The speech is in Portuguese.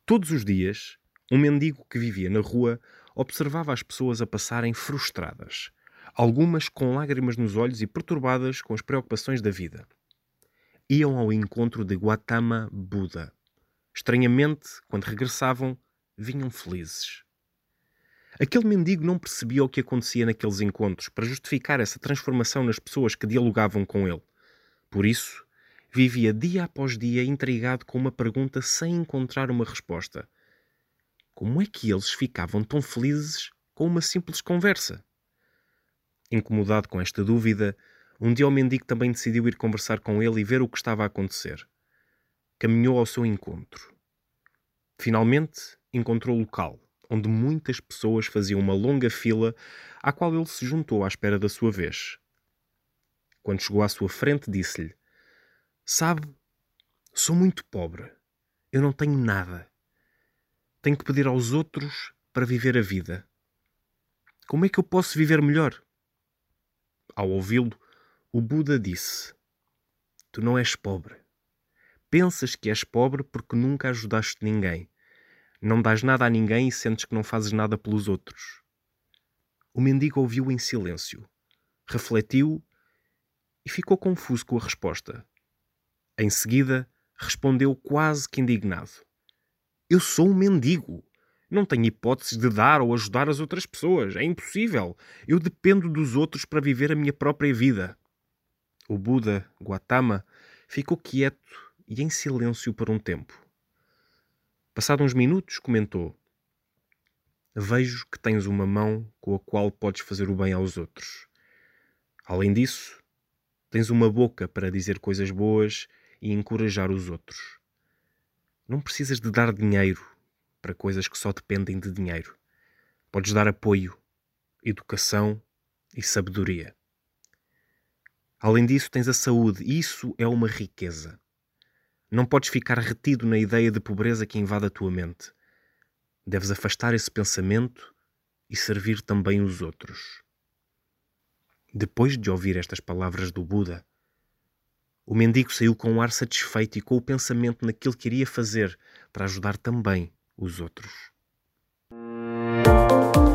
Todos os dias, um mendigo que vivia na rua observava as pessoas a passarem frustradas, algumas com lágrimas nos olhos e perturbadas com as preocupações da vida. Iam ao encontro de Gautama Buda. Estranhamente, quando regressavam, vinham felizes. Aquele mendigo não percebia o que acontecia naqueles encontros para justificar essa transformação nas pessoas que dialogavam com ele. Por isso, vivia dia após dia intrigado com uma pergunta sem encontrar uma resposta. Como é que eles ficavam tão felizes com uma simples conversa? Incomodado com esta dúvida, um dia o mendigo também decidiu ir conversar com ele e ver o que estava a acontecer. Caminhou ao seu encontro. Finalmente, encontrou o local, onde muitas pessoas faziam uma longa fila à qual ele se juntou à espera da sua vez. Quando chegou à sua frente, disse-lhe: "Sabe, sou muito pobre. Eu não tenho nada. Tenho que pedir aos outros para viver a vida. Como é que eu posso viver melhor?" Ao ouvi-lo, o Buda disse: "Tu não és pobre. Pensas que és pobre porque nunca ajudaste ninguém. Não dás nada a ninguém e sentes que não fazes nada pelos outros." O mendigo ouviu em silêncio, refletiu e ficou confuso com a resposta. Em seguida, respondeu quase que indignado: "Eu sou um mendigo. Não tenho hipóteses de dar ou ajudar as outras pessoas. É impossível. Eu dependo dos outros para viver a minha própria vida." O Buda, Gautama, ficou quieto e em silêncio por um tempo. Passado uns minutos, comentou: "Vejo que tens uma mão com a qual podes fazer o bem aos outros. Além disso, tens uma boca para dizer coisas boas e encorajar os outros. Não precisas de dar dinheiro para coisas que só dependem de dinheiro. Podes dar apoio, educação e sabedoria. Além disso, tens a saúde e isso é uma riqueza. Não podes ficar retido na ideia de pobreza que invade a tua mente. Deves afastar esse pensamento e servir também os outros." Depois de ouvir estas palavras do Buda, o mendigo saiu com um ar satisfeito e com o pensamento naquilo que iria fazer para ajudar também os outros.